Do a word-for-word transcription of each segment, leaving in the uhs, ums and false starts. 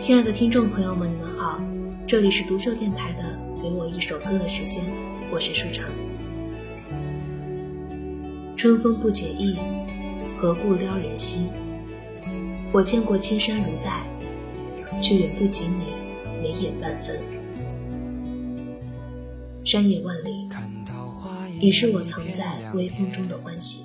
亲爱的听众朋友们，你们好，这里是独秀电台的给我一首歌的时间，我是舒成。春风不解意，何故撩人心？我见过青山如黛，却远不及你眉眼半分。山野万里，已是我藏在微风中的欢喜。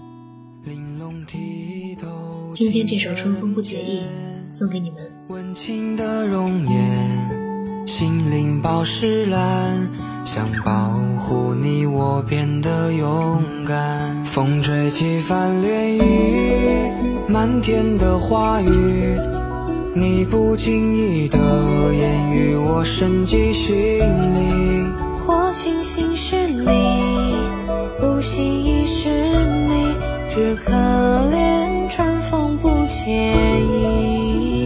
今天这首《春风不解意》送给你们。 温情的容颜，心灵宝石蓝，想保护你我变得勇敢。风吹起翻掠雨，漫天的花语，你不经意的言语我深记心里。 或庆幸是你，不惜已是你，只可怜春风不解意。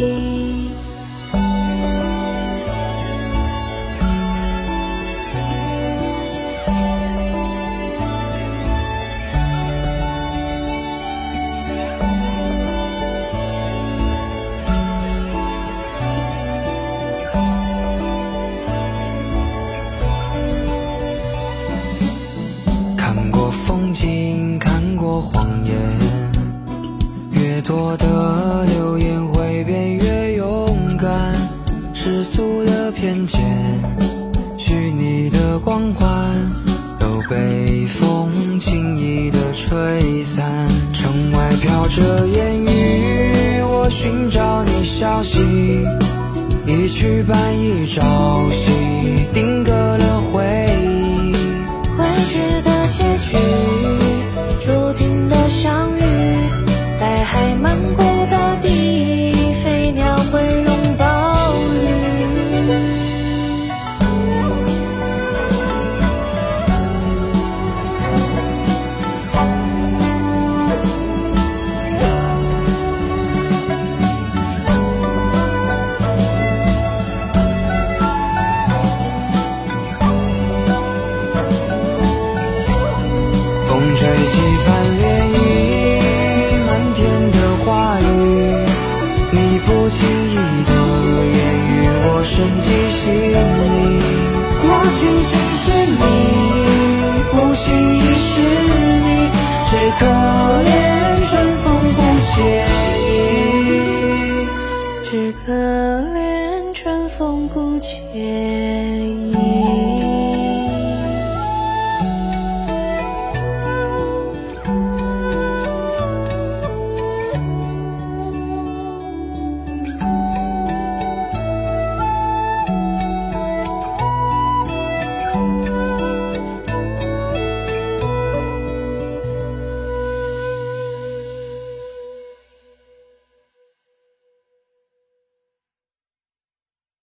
看过风景，看过谎言，越多的流言会变越勇敢。世俗的偏见，虚拟的光环，都被风轻易的吹散。城外飘着烟雨，我寻找你消息，一曲半一朝夕，定格了回忆。 未知的结局，注定的相遇，带海漫过的